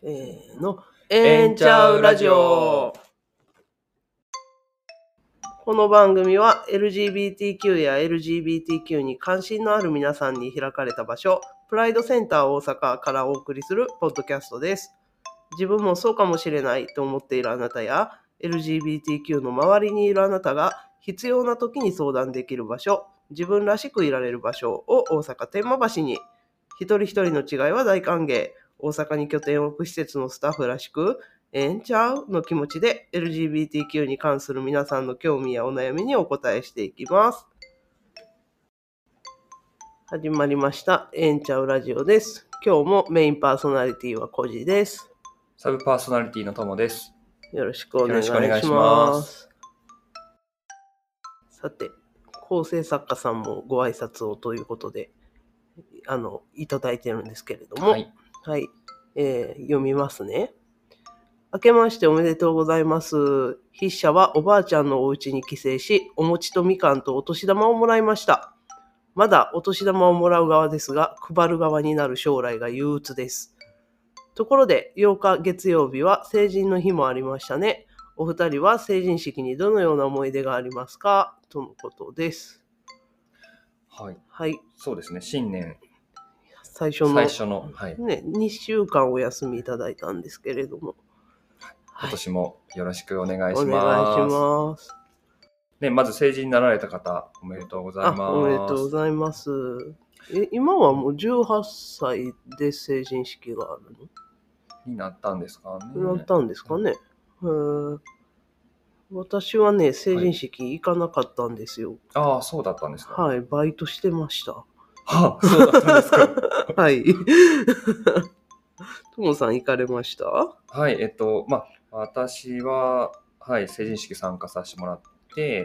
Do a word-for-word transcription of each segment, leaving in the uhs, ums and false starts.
えーのえんちゃうラジオ。この番組は エルジービーティーキュー や エルジービーティーキュー に関心のある皆さんに開かれた場所、プライドセンター大阪からお送りするポッドキャストです。自分もそうかもしれないと思っているあなたや エルジービーティーキュー の周りにいるあなたが必要な時に相談できる場所、自分らしくいられる場所を大阪天満橋に。一人一人の違いは大歓迎。大阪に拠点を置く施設のスタッフらしく、ええんちゃうの気持ちで エルジービーティーキュー に関する皆さんの興味やお悩みにお答えしていきます。始まりました。ええんちゃうラジオです。今日もメインパーソナリティはコジです。 サブパーソナリティのともです。 よろしくお願いします。しますさて、構成作家さんもご挨拶をということで、あの、いただいてるんですけれども、はい、はい、えー、読みますね。明けましておめでとうございます。筆者はおばあちゃんのお家に帰省し、お餅とみかんとお年玉をもらいました。まだお年玉をもらう側ですが、配る側になる将来が憂鬱です。ところで、ようか月曜日は成人の日もありましたね。お二人は成人式にどのような思い出がありますか？とのことです。 はい。 はい。 そうですね。新年最初の、 最初の、はい、 ね、にしゅうかんお休みいただいたんですけれども、 はい、今年もよろしくお願いします。 お願いします。 ね、まず成人になられた方、おめでとうございます。 あ、おめでとうございます。え、今はもうじゅうはっさいで成人式があるの？ になったんですかね。 なったんですかね。へー、私はね、成人式行かなかったんですよ。 はい、ああ、そうだったんですか。 はい、バイトしてました。 はあ、そうだったんですか。 はい。ともさん行かれました？ はい、えっと、まあ、私は、はい、成人式参加させてもらって、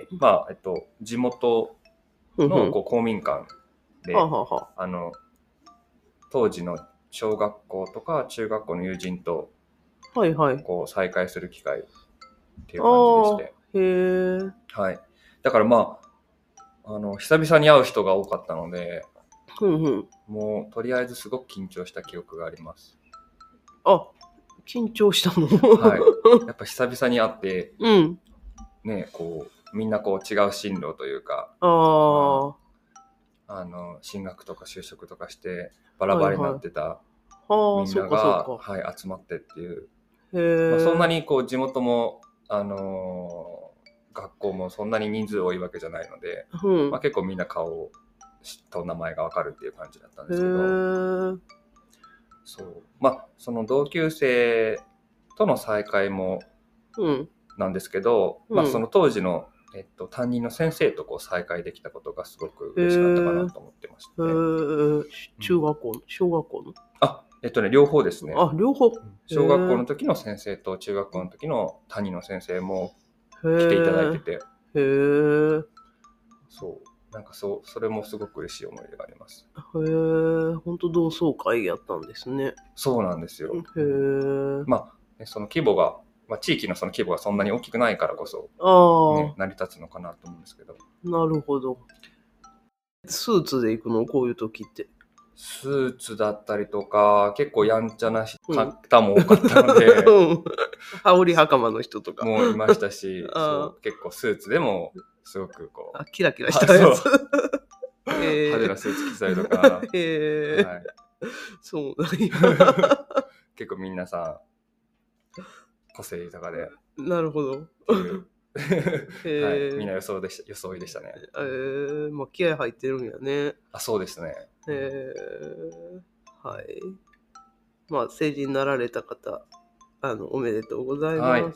まあ、えっと、地元のこう公民館で、はははあの、当時の小学校とか中学校の友人と、はいはい、こう再会する機会っていう感じでして。 へー。 はい。だからまあ、あの、久々に会う人が多かったので、 うんうん、 もうとりあえずすごく緊張した記憶があります。 あ、緊張したの？ はい。やっぱ久々に会って、 うん、 ね、こう、みんなこう違う進路というか、 あー、 あの、進学とか就職とかしてバラバラになってたみんなが、はいはい、集まってっていう。へー、まあ、そんなにこう地元も、あのー、学校もそんなに人数多いわけじゃないので、うん、まあ、結構みんな顔と名前がわかるっていう感じだったんですけど、そう、まあその同級生との再会もなんですけど、うん、まあその当時の、えっと、担任の先生とこう再会できたことがすごく嬉しかったかなと思ってまして、ね、 中学校の、小学校の、 あ、えっとね、両方ですね。 あ、両方。 小学校の時の先生と中学校の時の担任の先生も来ていただいてて、へー、そう、なんかそう、それもすごく嬉しい思い出があります。 へー、本当同窓会やったんですね。 そうなんですよ。 へー、 まあ、ね、その規模が、まあ、地域のその規模がそんなに大きくないからこそ、ね、成り立つのかなと思うんですけど。 なるほど。スーツで行くの？こういう時って。 スーツだったりとか、結構やんちゃな方も多かったので、 うん、羽織袴の人とかもういましたし、そう結構スーツでもすごくこう、 あ、キラキラしたやつ。 派手なスーツ着たりとか、 へー、はい、そうなんや。結構皆さん個性豊かで。 なるほど。 はい、みんな予想でした、装いでしたね。 えー、まあ気合入ってるんやね。 あ、そうですね。 えー、はい。まあ成人になられた方、あのおめでとうございます。はい、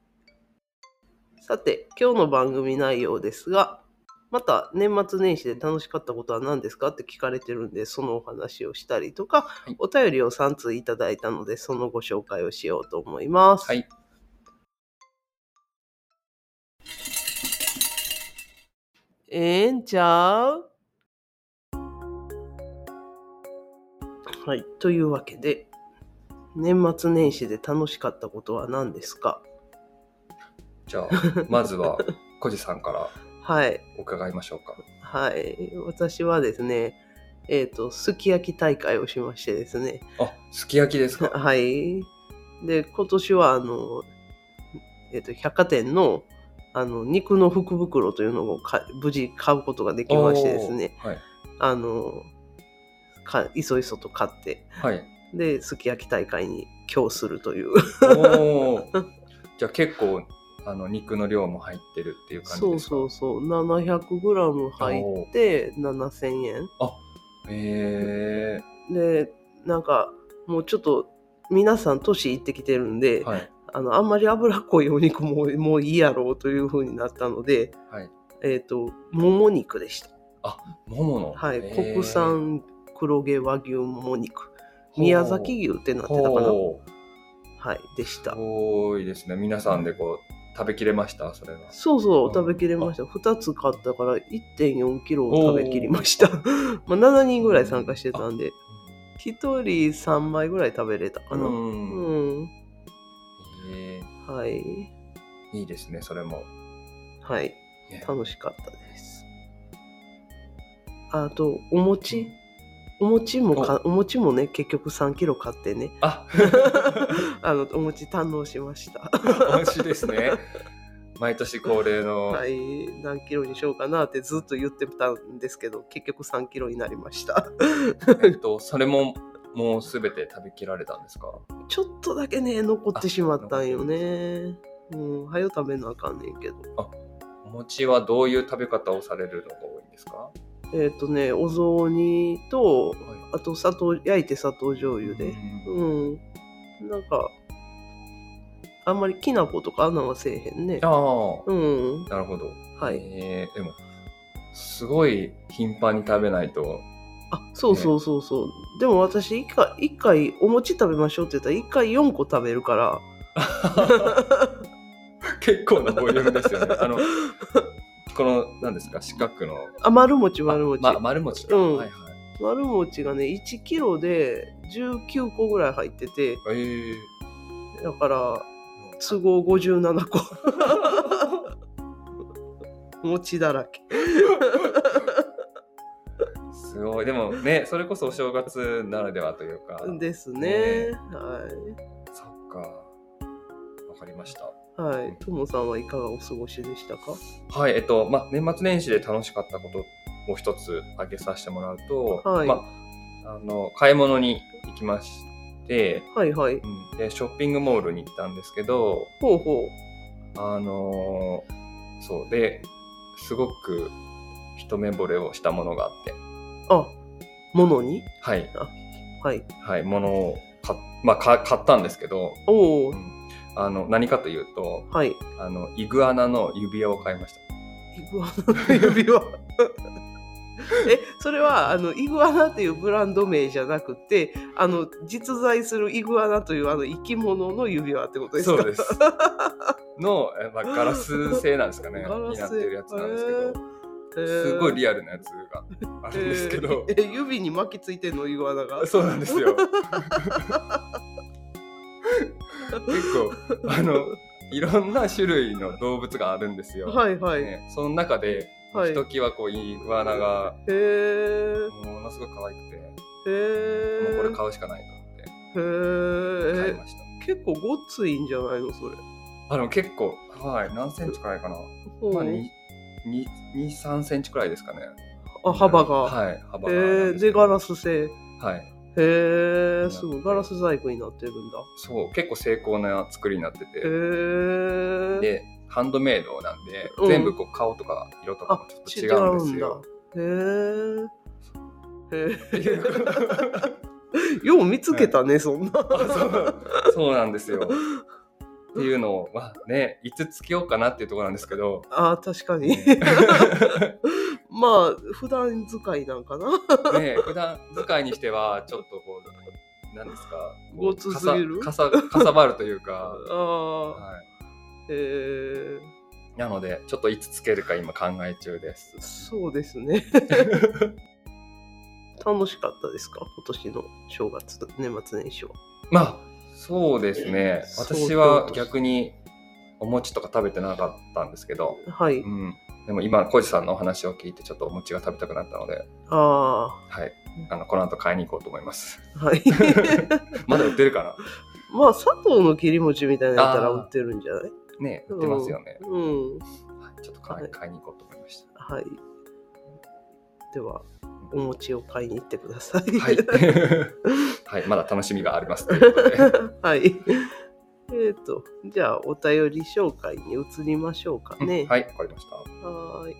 さて今日の番組内容ですが、また年末年始で楽しかったことは何ですかって聞かれてるんで、そのお話をしたりとか、はい、お便りをさん通いただいたので、そのご紹介をしようと思います。はい。ええんちゃう？はい。というわけで、年末年始で楽しかったことは何ですか？ じゃあ、まずは、コジさんから。はい。伺いましょうか。 はい。私はですね、えっと、すき焼き大会をしましてですね。 あ、すき焼きですか？ はい。 で今年はあの、えー、と百貨店のあの肉の福袋というのをか無事買うことができましてですね、 はい、 あのかいそいそと買って、 はい、 ですき焼き大会に今日するというおじゃあ結構あの肉の量も入ってるっていう感じそうですか？ そうそう ななひゃくグラム 入ってななせんえん。 あへえでなんかもうちょっと皆さん年いってきてるんで、 はい、 あのあんまり脂っこいお肉ももういいやろうという風になったので、 はい、 えっ、ともも肉でした。 あももの、 はい、国産黒毛和牛もも肉、宮崎牛ってなってたかな。はい、でした。 すごいですね。皆さんでこう食べきれました？それは。 そうそう食べきれました。ふたつ買ったから いってんよんキロを食べきりました。まあななにんぐらい参加してたんで、ひとりさんまいぐらい食べれたかな。うん。うん、 へはい。 いいですね、それも。 はい。楽しかったです。あとお餅。お餅もかお餅もね結局さんキロ買ってね、 ああのお餅堪能しました。 美味しいですね。毎年恒例の、 はい、何キロにしようかなってずっと言ってたんですけど結局さんキロになりました。 えっとそれももうすべて食べきられたんですか？ ちょっとだけね残ってしまったんよね。うん、早よ食べなあかんねんけど。あ、 お餅はどういう食べ方をされるのが多いんですか？ えっ、ー、とねお雑煮と、はい、あと砂糖焼いて砂糖醤油で、うん、うん、なんかあんまりきな粉とかあんなんはせえへんね。 ああ、 うん、 なるほど。 はい。 えー、でもすごい頻繁に食べないと。 あ、そうそうそうそう。ね、でも私一回一回お餅食べましょうって言ったら一回よんこ食べるから。 結構なボリュームですよね。あのこの何ですか四角の。 あ、丸餅丸餅。 ま、丸餅か。 うん。 はいはい。 丸餅がねいちキロでじゅうきゅうこぐらい入ってて、 えー、 だから都合ごじゅうななこ。餅だらけ。 すごい。でもねそれこそお正月ならではというか。 ですね。ねはい。 そっか。わかりました。 はい。ともさんはいかがお過ごしでしたか？ はい。えっとまあ年末年始で楽しかったことを一つ挙げさせてもらうと、はい、まああの買い物に行きまして、 はいはい。 うん、でショッピングモールに行ったんですけど、 ほうほう。あのー、そうですごく一目惚れをしたものがあって。 あ、ものに？ はい。 あ、はい。 はい、ものを買、まあ、買ったんですけど、 おお、うん、 あの何かというと、 はい、 あのイグアナの指輪を買いました。 イグアナの指輪え、それはあのイグアナっていうブランド名じゃなくて、あの実在するイグアナというあの生き物の指輪ってことですか？ そうです。の、まあ、ガラス製なんですかね。になってるやつなんですけど、えー、すごいリアルなやつがあるんですけど、 えー、え指に巻きついてんのイグアナが？ そうなんですよ。結構あのいろんな種類の動物があるんですよ。 はいはい。 ね、その中でひときわこうイグアナがものすごく可愛くて、へもうこれ買うしかないと思って買いました。 結構ごっついんじゃないのそれ？ あの結構はい何センチくらいかな。まあに、に、さんセンチくらいですかね。 あ、幅が。 はい幅が。 へでガラス製。 はい。 へえ、すごいガラス細工になってるんだ。 そう結構精巧な作りになってて。へえ。 でハンドメイドなんで、うん、全部こう顔とか色とかもちょっと違うんですよ。 へえ。へえ。よう見つけたね、はい、そんなそう。そうなんですよ。っていうのを、まあね、いつつけようかなっていうところなんですけど。 ああ、確かに。まあ、普段使いなんかな。 ね、普段使いにしては、ちょっとこう、なんですか、 ごつすぎる？ かさ、かさばるというか。 ああ。はい。へえ。 なので、ちょっといつつけるか今考え中です。 そうですね。楽しかったですか？今年の正月、年末年始は。 まあ、そうですね。私は逆にお餅とか食べてなかったんですけど、 はい。 うん、でも今小路さんのお話を聞いてちょっとお餅が食べたくなったので、 ああ、 はい、あのこの後買いに行こうと思います。 はい。 まだ売ってるかな？ まあ砂糖の切り餅みたいなやったら売ってるんじゃない？ ね、売ってますよね。 うん。うん、 ちょっと買い、買いに行こうと思いました。 はい。では、お餅を買いに行ってください。 はい。はい、まだ楽しみがありますということで。 はい。えっと、じゃあ、お便り紹介に移りましょうかね。 うん、はい、わかりました。 はい。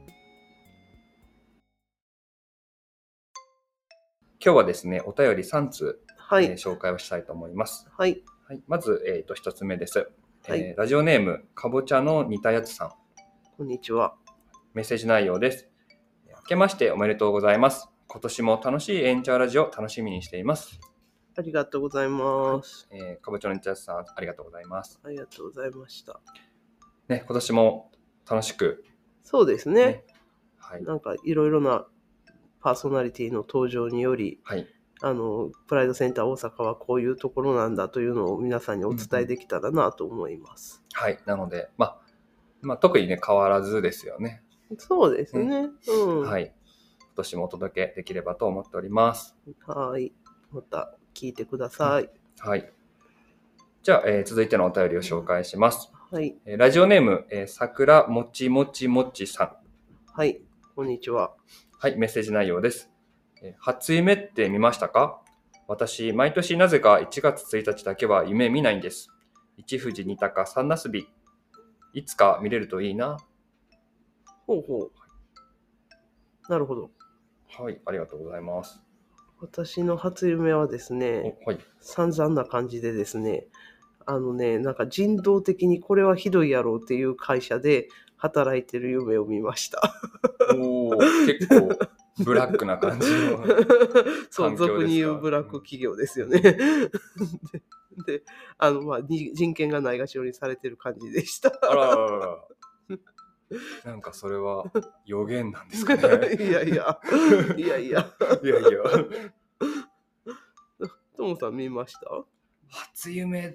今日はですね、お便りさん通、 はい、 えー、紹介をしたいと思います。 はい。 はい、まず、えーと、ひとつめです。 はい、 えー、ラジオネーム、かぼちゃの煮たやつさん。 こんにちは。 メッセージ内容です。明けましておめでとうございます。今年も楽しいエンチャーラジオ楽しみにしています。 ありがとうございます。 はい、えー、かぼちゃの煮たやつさん、ありがとうございます。 ありがとうございました。 ね、今年も楽しく。 そうですね。ね、 はい、 なんかいろいろなパーソナリティの登場により、はい、あのプライドセンター大阪はこういうところなんだというのを皆さんにお伝えできたらなと思います。 うんうん、はい、なので、まあ、まあ、特にね変わらずですよね。 そうですね。うん、 はい。今年もお届けできればと思っております。 はい。また聞いてください。うん、 はい。じゃあ、えー、続いてのお便りを紹介します。 はい。 えー、ラジオネーム、えー、桜もちもちもちさん。 はい。こんにちは。 はい、メッセージ内容です。えー、初夢って見ましたか？私、毎年なぜかいちがつついたちだけは夢見ないんです。一富士二鷹三なすび。いつか見れるといいな。 ほうほう。なるほど。 はい、ありがとうございます。 私の初夢はですね、はい、散々な感じでですね、あのね、なんか人道的にこれはひどいやろうっていう会社で働いてる夢を見ました。 おー、結構ブラックな感じの環境ですか？ そう、俗に言うブラック企業ですよね。で、であの、まあ、人権がないがしろにされてる感じでした。 あらららら。なんかそれは予言なんですかね。 いやいや、いやいや。 いやいや。 トモさん見ました？ 初夢って、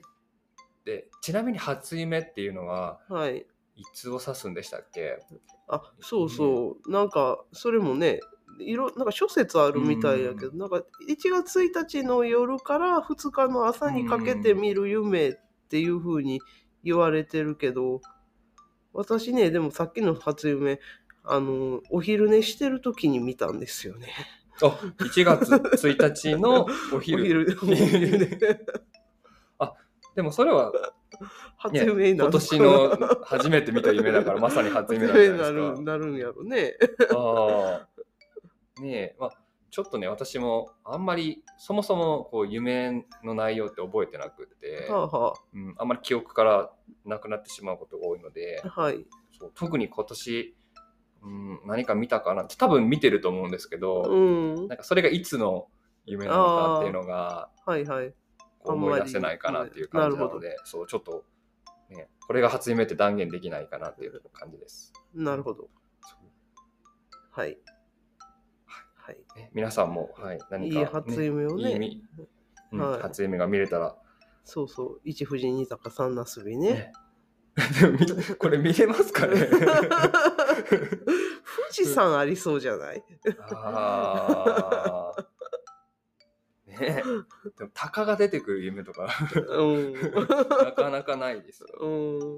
ちなみに初夢っていうのは、はい、いつを指すんでしたっけ？ あ、そうそう、なんかそれもね、いろなんか諸説あるみたいやけど、なんかいちがつついたちの夜からふつかの朝にかけて見る夢っていう風に言われてるけど、私ね、でもさっきの初夢、あのお昼寝してる時に見たんですよね。 あ、いちがつついたちのお昼。お昼ね。あ、でもそれは、 初夢になる、 ね、今年の初めて見た夢だからまさに初夢なんじゃないですか。 なる、なるんやろね。 ああ。ねえ、まあちょっとね、私もあんまりそもそもこう夢の内容って覚えてなくて、はあはあ、うん、あんまり記憶からなくなってしまうことが多いので、はい、そう特に今年、うん、何か見たかなって多分見てると思うんですけど、うん、なんかそれがいつの夢なのかっていうのが、はいはい、思い出せないかなっていう感じなので、そうちょっと、ね、これが初夢って断言できないかなっていう感じです。 なるほど。はい。 はいね、皆さんも、はい、何か、ね、 いい初夢をね、 いい、うんはい、初夢が見れたら、 そうそう、一富士二鷹三なすびね。ねこれ見れますかね？ 富士山ありそうじゃない？ あね、でも鷹が出てくる夢とか、うん、なかなかないですよ。 うん、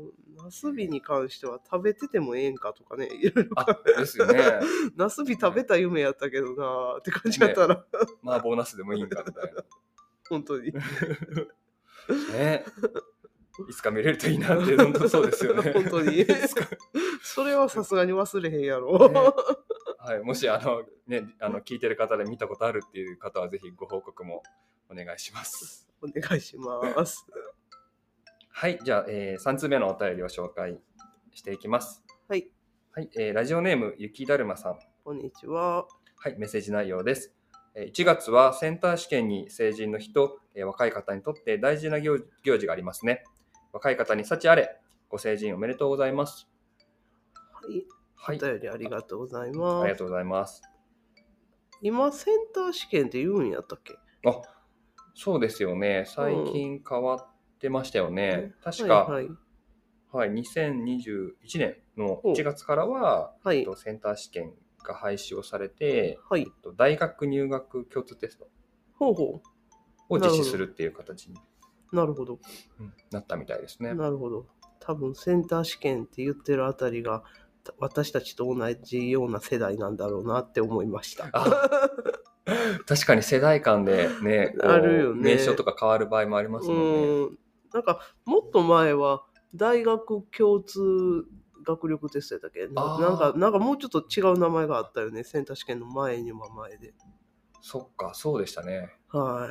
ナスビに関しては食べててもええんかとかね、いろいろあですよね。 ナスビ食べた夢やったけどなーって感じだったら、ね、 麻婆ナスでもいいんかみたいな。 本当に。 ね。いつか見れるといいなって本当そうですよね。 本当に。それはさすがに忘れへんやろ。ね、 はい、もしあのねあの聞いてる方で見たことあるっていう方はぜひご報告もお願いします。 お願いします。 はい、じゃあ、えー、さんつうめのお便りを紹介していきます。 はい。 はい、えー、ラジオネームゆきだるまさん。 こんにちは。 はい、メッセージ内容です。いちがつはセンター試験に成人の日と、えー、若い方にとって大事な 行, 行事がありますね。若い方に幸あれ、ご成人おめでとうございます。 はい。はい、お便りありがとうございます。 ありがとうございます。 今、センター試験って言うんやったっけ？ あ、そうですよね。最近変わってましたよね。うん、確か、はいはいはい、にせんにじゅういちねんのいちがつからは、はい、センター試験が廃止をされて、はい、大学入学共通テストを実施するっていう形になるほど、 うん、なったみたいですね。 なるほど。多分センター試験って言ってるあたりが私たちと同じような世代なんだろうなって思いました。 確かに世代間でね、こうあるよね。 名称とか変わる場合もありますもんね。 うん、なんかもっと前は大学共通学力テストやったっけな、なんかなんかもうちょっと違う名前があったよね、センター試験の前にも前で。 そっか、そうでしたね。 はい。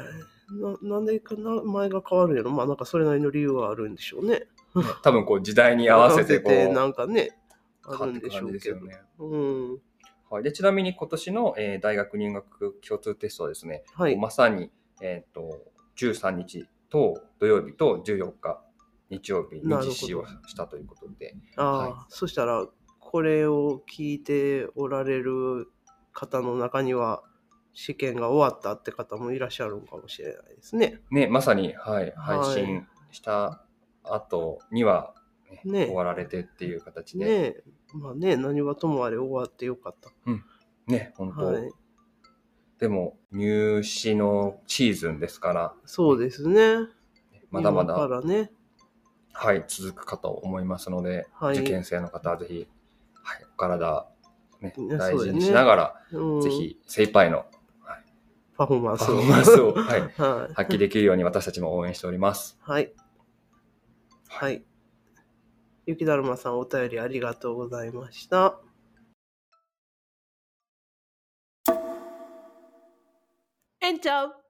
な, なんでか名前が変わるんやろ。まあなんかそれなりの理由があるんでしょうね。 ね、多分こう時代に合わせてこうなんかね、 あるんでしょうけどね。 うん。 はい、でちなみに今年の、えー、大学入学共通テストはですね、 はい、 まさに、えー、とじゅうさんにちと土曜日とじゅうよっか日曜日に実施をしたということで、 あ、はい、そしたらこれを聞いておられる方の中には試験が終わったって方もいらっしゃるかもしれないですね。 ね、まさに、はい、配信した後には、ねね、終わられてっていう形で。 ね、まあね、何はともあれ終わってよかった。 うん、ね、本当。はい、でも入試のシーズンですから。 そうですね。 まだまだからね。 はい、続くかと思いますので、はい、受験生の方はぜひ、はい、お体、ね、大事にしながら、ね、うん、ぜひ精一杯の、はい、 パフォーマンスを、 パフォーマンスを、はいはい、発揮できるように私たちも応援しております。 はい。はい。雪だるまさん、お便りありがとうございました。えんちゃう。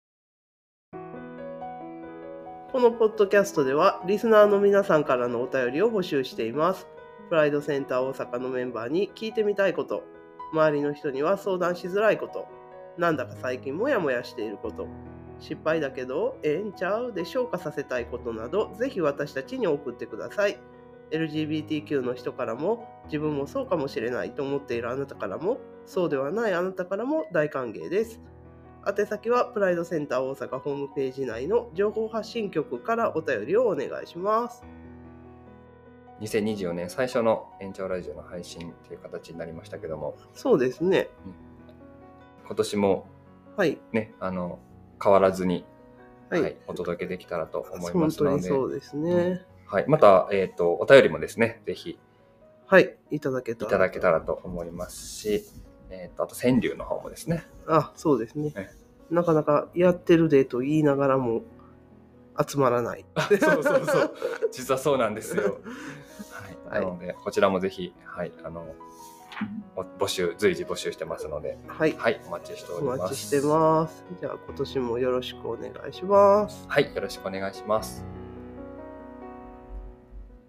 このポッドキャストではリスナーの皆さんからのお便りを募集しています。プライドセンター大阪のメンバーに聞いてみたいこと、周りの人には相談しづらいこと、なんだか最近モヤモヤしていること、失敗だけどええんちゃうで消化させたいことなど、ぜひ私たちに送ってください。エルジービーティーキュー の人からも、自分もそうかもしれないと思っているあなたからも、そうではないあなたからも大歓迎です。宛先はプライドセンター大阪ホームページ内の情報発信局からお便りをお願いします。 にせんにじゅうよねん最初の延長ラジオの配信という形になりましたけども、 そうですね、 うん、今年も、 はいね、あの変わらずに、はいはい、お届けできたらと思いますので、 本当にそうですね、うんはい、また、えーと、お便りもですね、ぜひ、 はい、いただけたらいただけたらと思いますし、えーと、あと川柳の方もですね。 あ、そうですね。ね、なかなかやってるでと言いながらも集まらない。 そうそうそう。実はそうなんですよ。はい、なので、こちらもぜひ、はい、あの募集、随時募集してますので、 はい、 はい、お待ちしております。 お待ちしてます。じゃあ今年もよろしくお願いします。 はい、よろしくお願いします。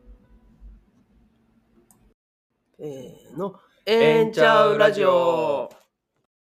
えーの、えんちゃうラジオ。